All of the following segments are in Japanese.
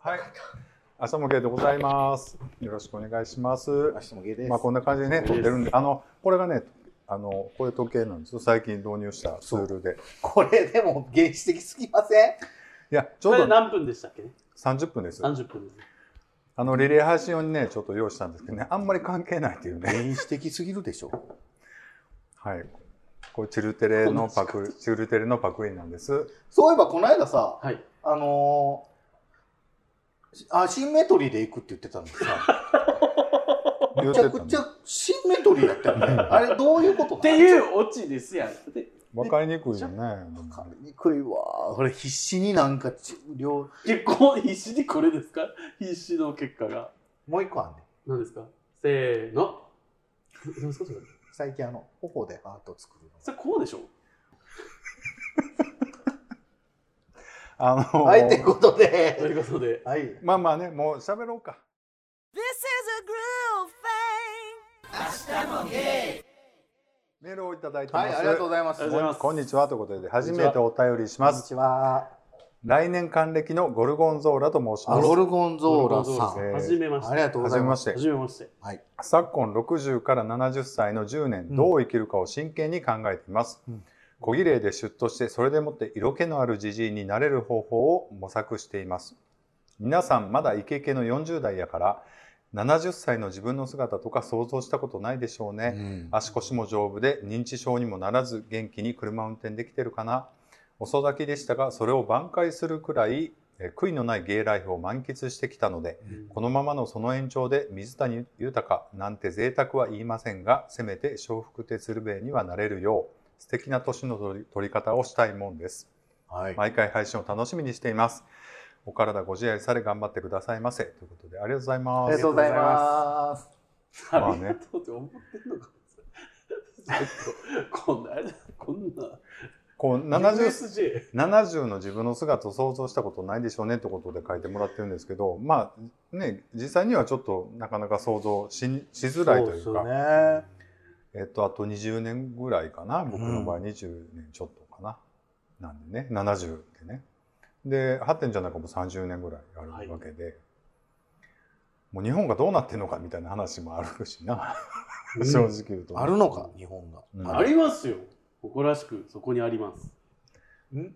はい。明日もゲイでございます。よろしくお願いします。 明日もゲイです。 まあこんな感じでね、撮ってるんで、これがね、これ時計なんですよ。最近導入したツールで。 これでも原始的すぎません？ いや、ちょうどこれ何分でしたっけね ？30分です。 30分ですね。 リレー配信用にね、ちょっと用意したんですけどね、あんまり関係ないっていうね。 原始的すぎるでしょ。 はい。これチルテレのパクリなんです。 そういえばこの間さ、 はい。 アシンメトリーで行くって言ってたんですさ。めちゃくちゃ言ってシンメトリーやったよね。あれどういうことなの？ っていうオチですやん。 分かりにくいよね。 分かりにくいわ。これ必死になんか結構必死にこれですか？必死の結果が。 もう一個あんねん。 何ですか？せーの。何ですかそれ？ 最近頬でハート作るの。 それこうでしょ？ はい、ということで。 ということで。 はい。 まあまあね、もう喋ろうか。 This is a groove thing. 明日もゲイ。 メールをいただいてます。 はい、ありがとうございます。 こんにちはということで、初めてお便りします。 こんにちは。 来年還暦のゴルゴンゾーラと申します。 ゴルゴンゾーラさん。 はじめまして。 ありがとうございます。 はじめまして。 はい。 昨今60から70歳の10年、どう生きるかを真剣に考えています。小綺麗でシュッとして、それでもって色気のあるジジイになれる方法を模索しています。皆さんまだイケイケの40代やから、70歳の自分の姿とか想像したことないでしょうね。足腰も丈夫で認知症にもならず元気に車運転できてるかな。遅咲きでしたが、それを挽回するくらい悔いのないゲイライフを満喫してきたので、このままのその延長で水谷豊なんて贅沢は言いませんが、せめて笑福亭鶴瓶にはなれるよう素敵な年の取り方をしたいもんです。はい、毎回配信を楽しみにしています。お体ご自愛され頑張ってくださいませということで、ありがとうございます。 ありがとうございます。 ありがとうって思ってんのか。こんな 70の自分の姿を想像したことないでしょうねってことで書いてもらってるんですけど、まあね、実際にはちょっとなかなか想像しづらいというか、 そうですね。 あと20年ぐらいかな、僕の場合20年ちょっとかな、なんでね、70でね。で、ハッテンじゃないかも30年ぐらいあるわけで、はい、もう日本がどうなってんのかみたいな話もあるしな、正直言うと。 あるのか、日本が。 ありますよ。誇らしくそこにあります。 何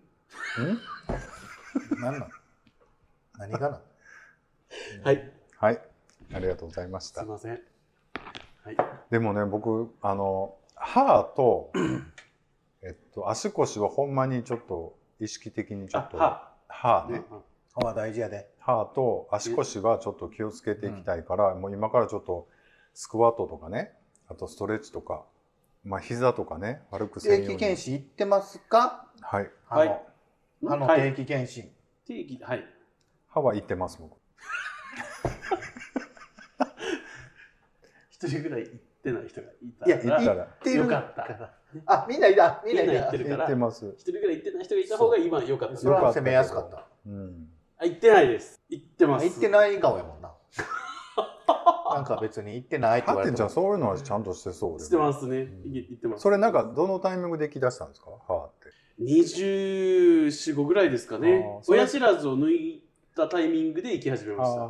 なの？何がなの？ はい。 はい。ありがとうございました。 すいません。はい。 でもね、僕歯と足腰はほんまにちょっと意識的にちょっと歯ね。 歯は大事やで。 歯と足腰はちょっと気をつけていきたいから、もう今からちょっとスクワットとかね、あとストレッチとか。まあ膝とかね、悪くせんように。 定期検診行ってますか？ はい。 歯の定期検診。 定期、はい。 歯は行ってます、僕。 一人ぐらい行ってない人がいたら。 いや、行ってる。 よかった。 あ、みんないた。 みんな行ってるから。 行ってます。 一人ぐらい行ってない人がいた方が今よかった。 それは攻めやすかった。 行ってないです。行ってます。 行ってない顔やもんな。なんか別に行ってないって言われても。 じゃあそういうのはちゃんとしてそうしてますね。行ってます。 それなんかどのタイミングで行き出したんですか？歯って。 24、5ぐらいですかね。親知らずを抜いたタイミングで行き始めました。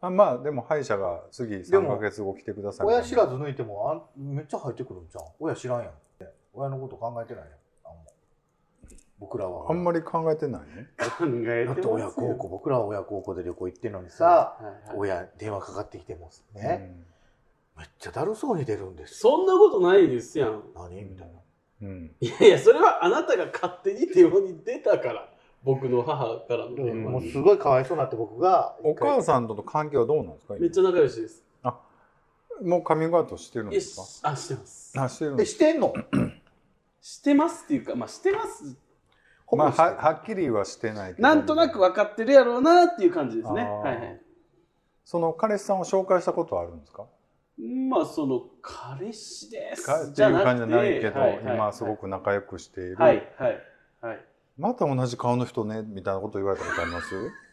まあでも歯医者が次3ヶ月後来てください。 親知らず抜いてもめっちゃ入ってくるんじゃん。親知らんやん。親のこと考えてないやん。僕らはあんまり考えてないね。 考えてますよ。 だって僕らは親孝行で旅行行ってるのにさ、親電話かかってきてもね、めっちゃだるそうに出るんですよ。そんなことないですやん。 何みたいな。 いやいや、それはあなたが勝手に電話に出たから。僕の母からの電話に。 もうすごいかわいそうになって僕が。 お母さんとの関係はどうなんですか？ めっちゃ仲良しです。 あ、もうカミングアウトしてるんですか？ あ、してます。 あ、してるんです。 してんの？ してますっていうか、まあしてます。 まあはっきりはしてないけど。 なんとなく分かってるやろうなっていう感じですね。はいはい。 その彼氏さんを紹介したことはあるんですか？ まあその彼氏ですっていう感じじゃないけど、今すごく仲良くしている。 はいはいはい。 また同じ顔の人ねみたいなこと言われたことあります？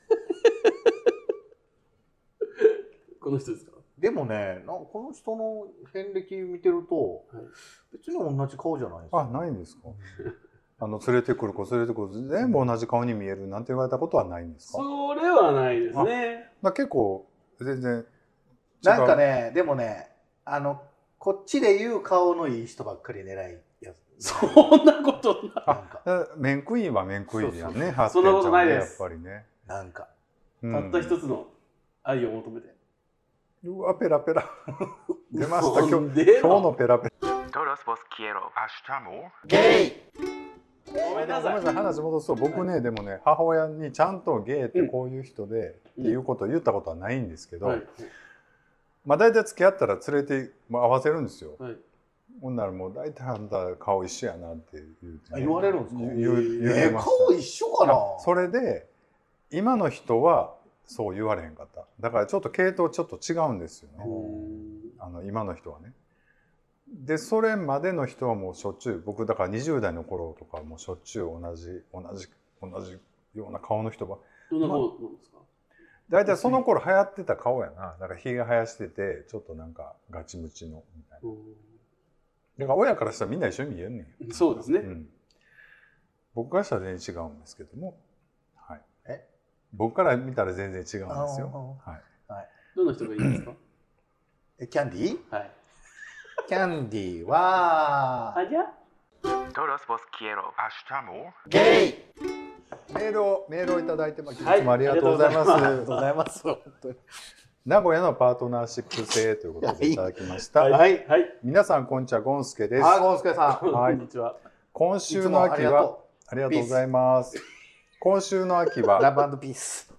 この人ですか？ でもね、この人の遍歴見てると、別に同じ顔じゃないですか。 あ、ないんですか？連れてくる子全部同じ顔に見えるなんて言われたことはないんですか？ それではないですね。 結構全然違う。 なんかね、でもね、こっちで言う顔のいい人ばっかり狙いやつ。 そんなことない。 なんかメンクイーンはメンクイーンやね。 そんなことないですやっぱりね。 なんか。 たった一つの愛を求めて。 うわ、ペラペラ。出ました、 そ今んで日のペラペラ。 Todos vos quiero. 明日もゲイ。 ごめんなさい。 話戻すと、僕ね、でもね、母親にちゃんとゲイってこういう人で、っていうことを言ったことはないんですけど、 はい。 まあ大体付き合ったら連れて、合わせるんですよ。 はい。 ほんならもう大体あんた顔一緒やなって言うてね、 言われるんですか？ 言ってました顔一緒かな。 それで今の人はそう言われへんかった。だからちょっと系統ちょっと違うんですよね。今の人はね。でそれまでの人はもうしょっちゅう、僕だから20代の頃とかもうしょっちゅう同じような顔の人が。 どんな顔なんですか？ 大体その頃流行ってた顔やな。だからひげ生やしててちょっとなんかガチムチのみたいな。だから親からしたらみんな一緒に見えんねん。 そうですね。 僕からしたら全然違うんですけども、はい。僕から見たら全然違うんですよ。はい。 どんな人がいいですか？ キャンディー？ はい。 キャンディーはありゃ？ Todos vos quiero. 明日もゲイ。 メールをいただいてます。いつはいもありがとうございます。 ありがとうございます。本当に。 名古屋のパートナーシップ制ということでいただきました。 はい。 はい。 皆さんこんにちは、ゴンスケです。 ゴンスケさん。 はいこんにちは。 今週の秋はありがとうございます。今週の秋はラブ&ピース。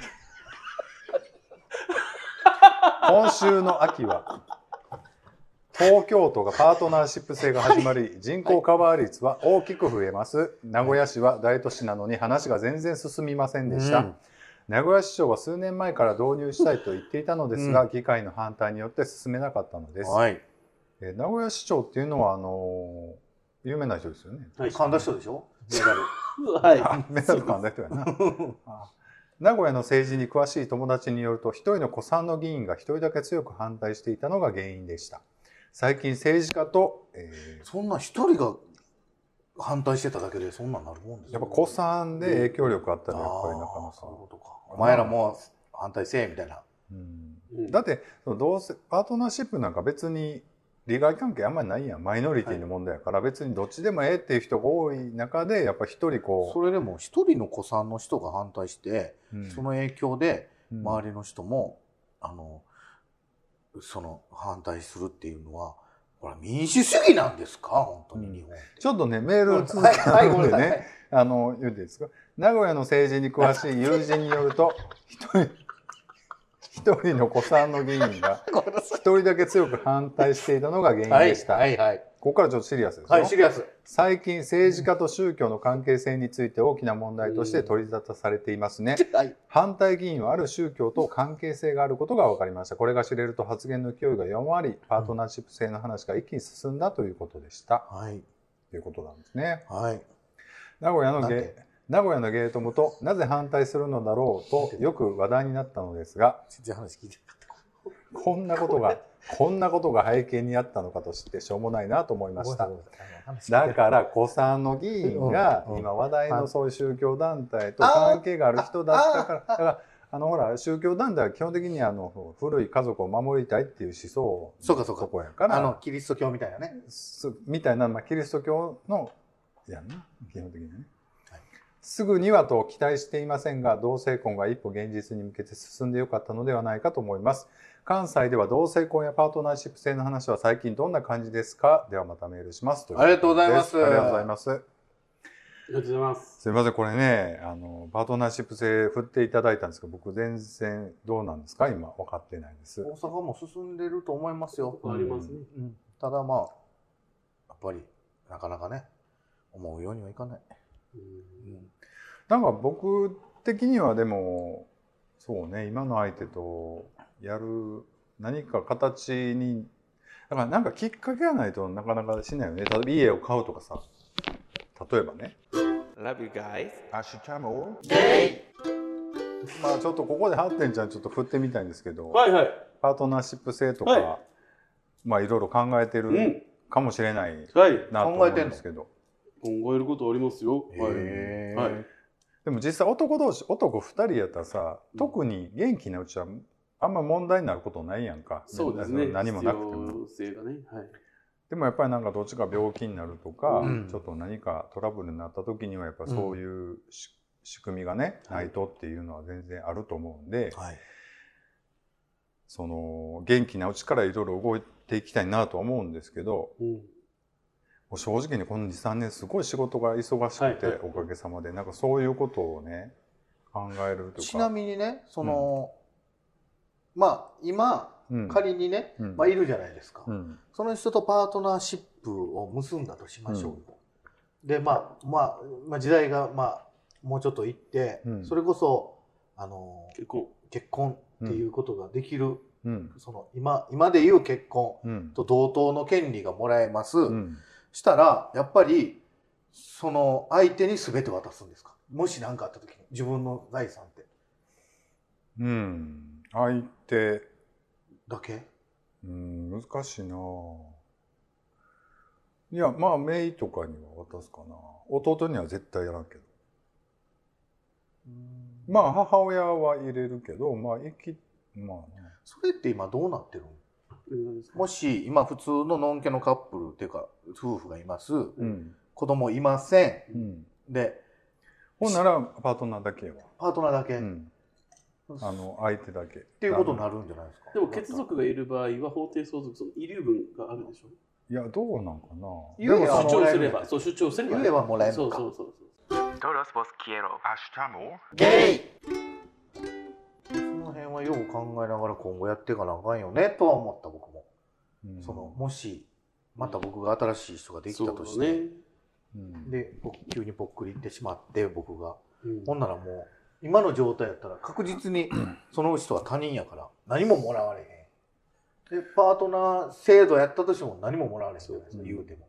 今週の秋は東京都がパートナーシップ制が始まり、人口カバー率は大きく増えます。名古屋市は大都市なのに話が全然進みませんでした。名古屋市長は数年前から導入したいと言っていたのですが、議会の反対によって進めなかったのです。名古屋市長っていうのは有名な人ですよね。 神田市長でしょ？メダル。 はい。 メダル噛んだ人やな。名古屋の政治に詳しい友達によると、一人の古参の議員が一人だけ強く反対していたのが原因でした。最近政治家と、 そんな一人が反対してただけでそんなんなるもんですやっぱ古参で影響力あったらやっぱり中野さん。 お前らも反対せえみたいな。 だってどうせパートナーシップなんか別に利害関係あんまりないやん。マイノリティの問題やから、別にどっちでもええっていう人が多い中でやっぱ一人こう。 それでも一人の古参の人が反対して、その影響で周りの人もその反対するっていうのは、これ民主主義なんですか本当に日本。 ちょっとねメールを続けるんでね、言っていいですか。名古屋の政治に詳しい友人によると、一人の古参の議員が一人だけ強く反対していたのが原因でした。ここからちょっとシリアスですよ。 はい、シリアス。 最近政治家と宗教の関係性について大きな問題として取り沙汰されていますね。反対議員はある宗教と関係性があることが分かりました。これが知れると発言の勢いが弱まり、パートナーシップ制の話が一気に進んだということでした。ということなんですね。名古屋のゲイ友となぜ反対するのだろうとよく話題になったのですが、こんなことが背景にあったのかと知ってしょうもないなと思いました。だから古参の議員が今話題のそういう宗教団体と関係がある人だったから、だからほら宗教団体は基本的に古い家族を守りたいっていう思想のとこやから、 キリスト教みたいなね、 みたいな、キリスト教のやんな基本的にね。すぐにはと期待していませんが、同性婚が一歩現実に向けて進んでよかったのではないかと思います。関西では同性婚やパートナーシップ制の話は最近どんな感じですか？ではまたメールします。 ありがとうございます。 ありがとうございます。 ありがとうございます。 すみません、これね、パートナーシップ制振っていただいたんですけど、僕全然どうなんですか今分かってないです。 大阪も進んでると思いますよ。 ありますね。 ただまあやっぱりなかなかね思うようにはいかない。 なんか僕的にはでもそうね、今の相手とやる何か形にだからなんかきっかけがないとなかなかしないよね。例えば家を買うとかさ、例えばね。 Love you guys. 明日もまあちょっとここで発展ちゃんちょっと振ってみたいんですけど、パートナーシップ制とか、まあいろいろ考えてるかもしれないなと思うんですけど、 考えることありますよ。 でも実際男同士、男2人やったらさ、特に元気なうちはあんま問題になることないやんか。 そうですね。 何もなくても。 必要性がね。はい。 でもやっぱりなんかどっちか病気になるとか、 うん、 ちょっと何かトラブルになった時にはやっぱそういう仕組みがね、ないとっていうのは全然あると思うんで、 はい、 その元気なうちからいろいろ動いていきたいなとは思うんですけど、もう正直にこの 2,3 年すごい仕事が忙しくて、おかげさまでなんかそういうことをね考えるとか。 ちなみにねその、まあ今、仮にね、まあ、いるじゃないですか、その人とパートナーシップを結んだとしましょう、でまあ時代がもうちょっといって、それこそ結婚っていうことができる、その今でいう結婚と同等の権利がもらえます、したらやっぱりその相手に全て渡すんですか？もし何かあった時に自分の財産って。 相手だけ？ 難しいな。いやまあ姪とかには渡すかな。弟には絶対やらんけど。まあ母親は入れるけど、まあね。 それって今どうなってるの？もし今普通のノンケのカップルっていうか夫婦がいます、子供いません、でほんならパートナーだけよ。 パートナーだけ、 相手だけっていうことになるんじゃないですか。 でも血族がいる場合は法定相続その遺留分があるでしょ。 いやどうなんかな。 主張すれば、そう主張すれば言えばもらえるのか。 そう。 Todos vos quiero. 明日もゲイ。その辺はよう考えながら今後やっていかなあかんよねとは思った僕も。そのもしまた僕が新しい人ができたとして、で急にぽっくりいってしまって僕が、ほんならもう今の状態やったら確実にその人は他人やから何ももらわれへん。でパートナー制度やったとしても何ももらわれへんじゃないですか、言うても。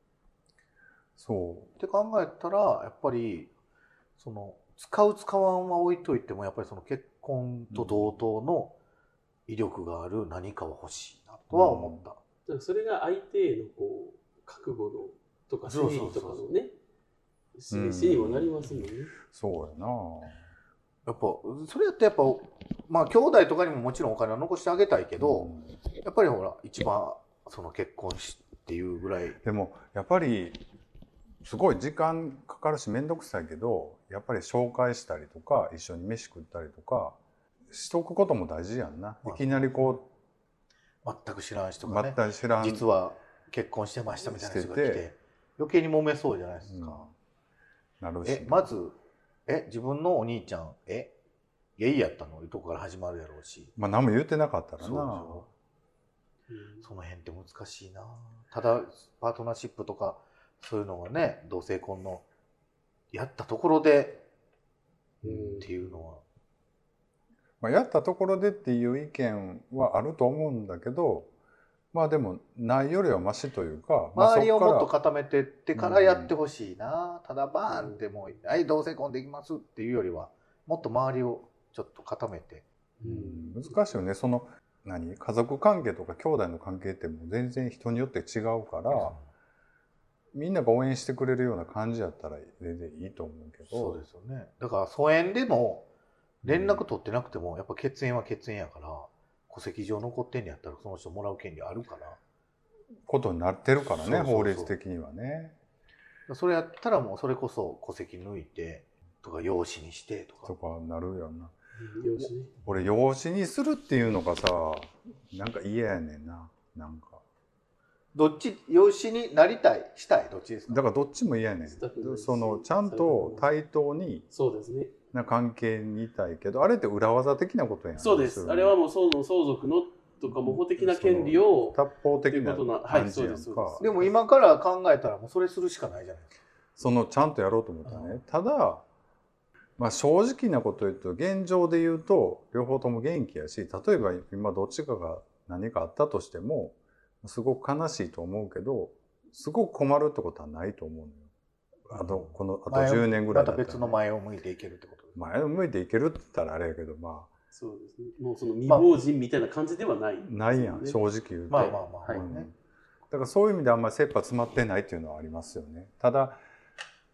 そうって考えたらやっぱりその使う使わんは置いといてもやっぱりその結婚と同等の威力がある何かは欲しいなとは思った。 だからそれが相手へのこう覚悟のとか誠意とかのね示しにもなりますもんね。 そうやな。 やっぱそれやってやっぱまあ兄弟とかにももちろんお金は残してあげたいけど、やっぱりほら一番その結婚しっていうぐらい。 でもやっぱりすごい時間かかるし面倒くさいけど、やっぱり紹介したりとか一緒に飯食ったりとかしとくことも大事やんな。いきなりこう全く知らん人がね、 全く知らん実は結婚してましたみたいな人が来て余計に揉めそうじゃないですか。 なるし、 まず自分のお兄ちゃんゲイやったのいうとこから始まるやろうし、 まあ何も言ってなかったらな。 その辺って難しいな。ただパートナーシップとかそういうのがね、同性婚のやったところでっていうのは、 まあ、やったところでっていう意見はあると思うんだけど、まあでもないよりはマシというか、 周りをもっと固めてってからやってほしいな。ただバーンってもうはい同性婚できますっていうよりはもっと周りをちょっと固めて。 難しいよね。その家族関係とか兄弟の関係ってもう全然人によって違うから、みんなが応援してくれるような感じやったら全然いいと思うけど。 そうですよね。だから疎遠でも連絡取ってなくてもやっぱ血縁は血縁やから、戸籍上残ってんのやったらその人もらう権利あるからことになってるからね、法律的にはね。 それやったらもうそれこそ戸籍抜いてとか養子にしてとかなるよな。 養子ね。 俺養子にするっていうのがさ、なんか嫌やねんな。なんかどっち養子になりたいしたいどっちですか？ だからどっちも嫌やねん。そのちゃんと対等にそうですね。 な関係にいたいけど、あれって裏技的なことやん。 そうです。あれはもう相続のとか模倣的な権利を達法的な感じやんか。 でも今から考えたらもうそれするしかないじゃないですか。 そのちゃんとやろうと思ったらね。ただまあ正直なこと言うと現状で言うと両方とも元気やし、例えば今どっちかが何かあったとしてもすごく悲しいと思うけど、すごく困るってことはないと思うのよ。あと10年ぐらいだったら、ね、 また別の前を向いていけるってことです。 前を向いていけるって言ったらあれやけど、まあそうですね。もうその未亡人みたいな感じではない、 ないやん、正直言うと。 まあね。 だからそういう意味であんまり切羽詰まってないっていうのはありますよね。ただ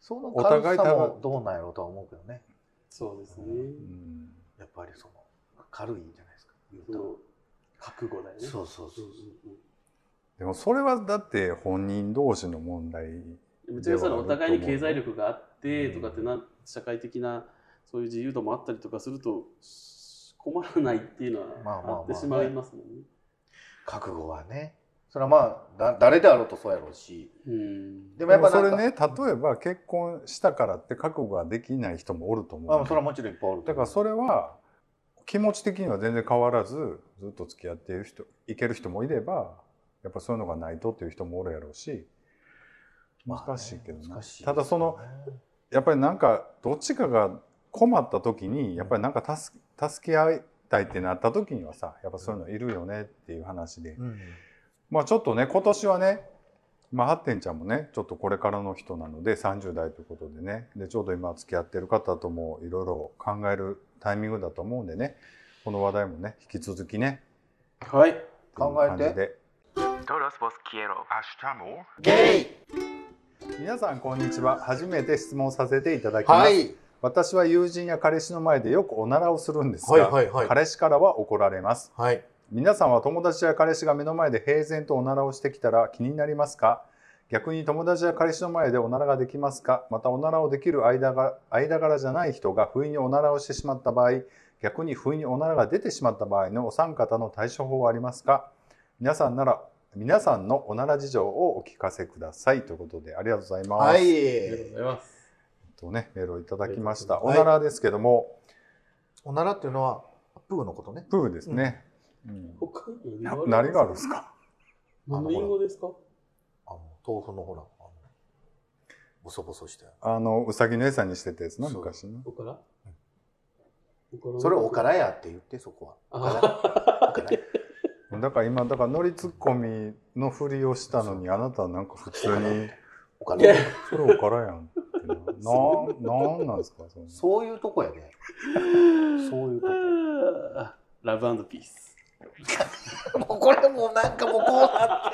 その軽さもどうなんやろうとは思うけどね。 そうですね。 やっぱりその軽いじゃないですか。言うと覚悟だよね。 そうそうそう。 でもそれはだって本人同士の問題。 もちろんそのお互いに経済力があってとかって社会的なそういう自由度もあったりとかすると困らないっていうのはあってしまいますもんね。 覚悟はね。それはまあ誰であろうとそうやろうし。 でもやっぱそれね、例えば結婚したからって覚悟ができない人もおると思う。 それはもちろんいっぱいおる。 だからそれは気持ち的には全然変わらずずっと付き合っている人、いける人もいれば、やっぱそういうのがないとっていう人もおるやろうし、難しいけどな。ただそのやっぱりなんかどっちかが困った時にやっぱりなんか助け合いたいってなった時にはさ、やっぱそういうのいるよねっていう話で。まあちょっとね、今年はね、まあハッテンちゃんもね、ちょっとこれからの人なので30代ということでね、でちょうど今付き合ってる方ともいろいろ考えるタイミングだと思うんでね、この話題もね、引き続きね、 はい、 考えて。 Todos vos quiero. 明日もゲイ。 皆さんこんにちは。初めて質問させていただきます。私は友人や彼氏の前でよくおならをするんですが、彼氏からは怒られます。皆さんは友達や彼氏が目の前で平然とおならをしてきたら気になりますか？逆に友達や彼氏の前でおならができますか？またおならをできる間柄じゃない人が不意におならをしてしまった場合、逆に不意におならが出てしまった場合のお三方の対処法はありますか？皆さんのおなら事情をお聞かせくださいということで、ありがとうございます。 ありがとうございます。 メールをいただきました。おならですけども、 おならっていうのはプーのことね。 プーですね。 他に何があるんですか？ 何の隠語ですか？ 豆腐のほらボソボソしてうさぎの餌にしてたやつな、昔の。 おからそれおからやって言って、そこは。 だから今ノリツッコミのふりをしたのに、あなたはなんか普通におからそれおからやんってなんなんですか？ そういうとこやね。そういうとこ。 ラブ&ピース。 もうこれもなんかもうこうな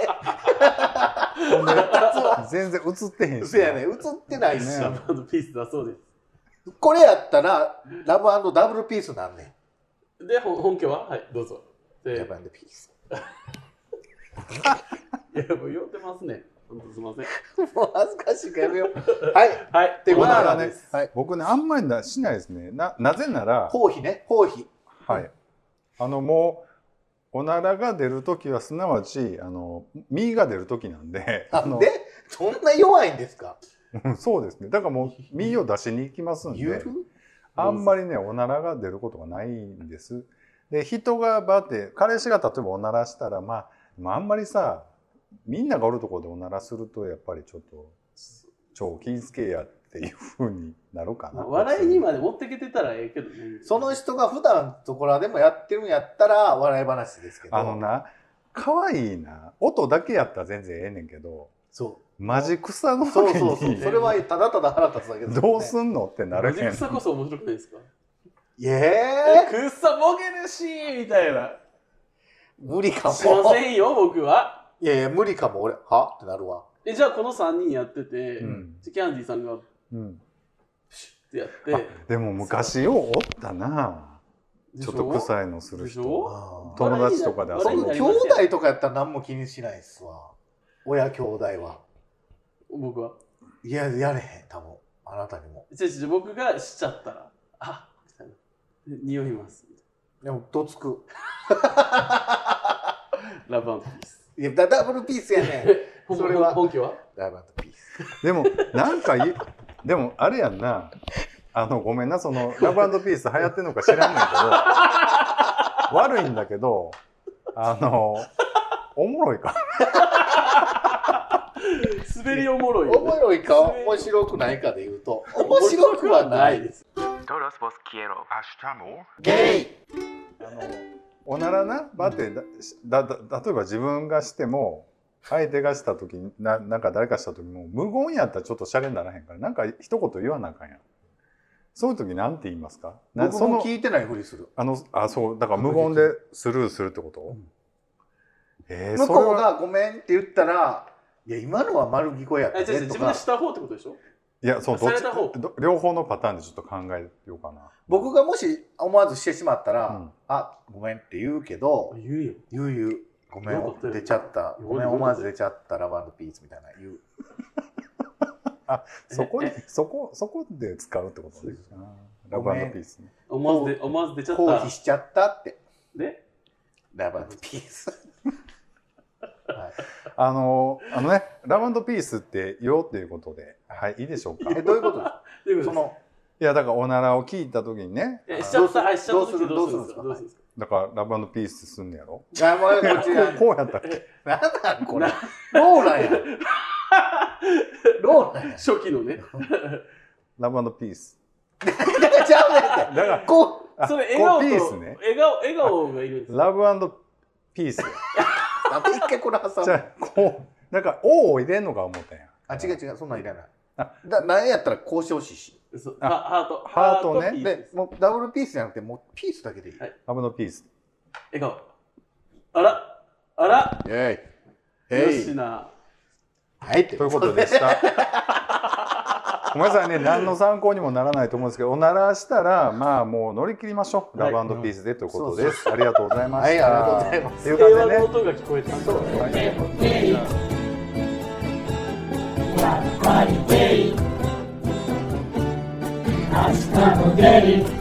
って全然映ってへんし。 そうやね、映ってないっすよ。 ラブ&ピースだそうです。 これやったらラブ&ダブルピースなんねん。で本家ははいどうぞ。 ラブ&ピース。 いやもう酔ってますね。本当すみません。 もう恥ずかしいからやめよう。はいはい。 ってことはね、 僕ねあんまりしないですね。なぜなら包皮ね、包皮。 はい。もうおならが出るときはすなわち身が出るときなんで。 でそんな弱いんですか？ そうですね。だからもう身を出しに行きますんで、あんまりねおならが出ることがないんです。で人がバって彼氏が例えばおならしたらまああんまりさみんながおるところでおならするとやっぱりちょっと超気ぃつけやっていう風になるかな。 笑いにまで持ってきてたらええけどね。 その人が普段ところでもやってるんやったら笑い話ですけど。 可愛いな音だけやったら全然ええねんけど。 そう。 マジ草の時にそれはただただ腹立つだけです、 どうすんのってなるへん。 マジ草こそ面白くないですか？ 草ボケるしみたいな。 無理かも。 しませんよ僕は。 いや無理かも俺はってなるわ。 じゃあこの3人やってて、キャンディーさんがシュッてやって。 でも昔ようおったな。ちょっと臭いのする人。友達とかで遊ぶ。 兄弟とかやったら何も気にしないっすわ。親兄弟は。 僕は。 いややれへん多分あなたにも。 僕がしちゃったらみたいな匂います。 でもどつく。 ラブ&ピース。 いやダブルピースやねん。それは本家はラブ&ピース。 でもなんかでもあれやんな。ごめんなラブ&ピース流行ってんのか知らんねんけど悪いんだけどおもろいか。 滑りおもろい、 ね。おもろいか面白くないかで言うと面白くはないです。 Todos vos quiero. 明日もゲイ。 おならなばって例えば自分がしても相手がした時になんか誰かした時も無言やったらちょっとシャレにならへんからなんか一言言わなあかんやん。そういう時なんて言いますか？ 僕も聞いてないふりする。 そうだから無言でスルーするってこと？ 向こうがごめんって言ったらいや今のは丸聞こえやったねとか。 自分でした方ってことでしょ？ いや、そう、 された方両方のパターンでちょっと考えようかな。 僕がもし思わずしてしまったら、あ、ごめんって言うけど、言う。ごめん、出ちゃった。ごめん、思わず出ちゃったラブ&ピースみたいな言う。 あ、そこで使うってことね。ラブ&ピースね。 思わず出ちゃった。 放棄しちゃったって。 でラブ&ピース。 ラブ&ピースって言おうっていうことで、はい、いいでしょうか。 どういうことですか？ いや、だからおならを聞いたときにね。 しちゃった時どうするんですか？ だからラブ&ピースすんねやろ？ こうやったっけ？なんなんこれ。ローラや。 初期のね。 ラブ&ピース。 ちゃうねんって。だからこう。それ笑ピースね。 笑顔がいるんです。 ラブ&ピース。 一回これ挟む。 じゃあこうなんか「お」を入れんのか思ったんや。 あ、違うそんなんいらない。何やったらこうしてほしいし。 ハートね。 でもうダブルピースじゃなくてもうピースだけでいい。 ラブ&ピース。 笑顔。あら。 よしな。 はいということでした。ごめんなさいね、何の参考にもならないと思うんですけど、おならしたらまあもう乗り切りましょう。ラブ&ピースでということです。ありがとうございました。 はい、ありがとうございます。 平和の音が聞こえた。 明日もゲイ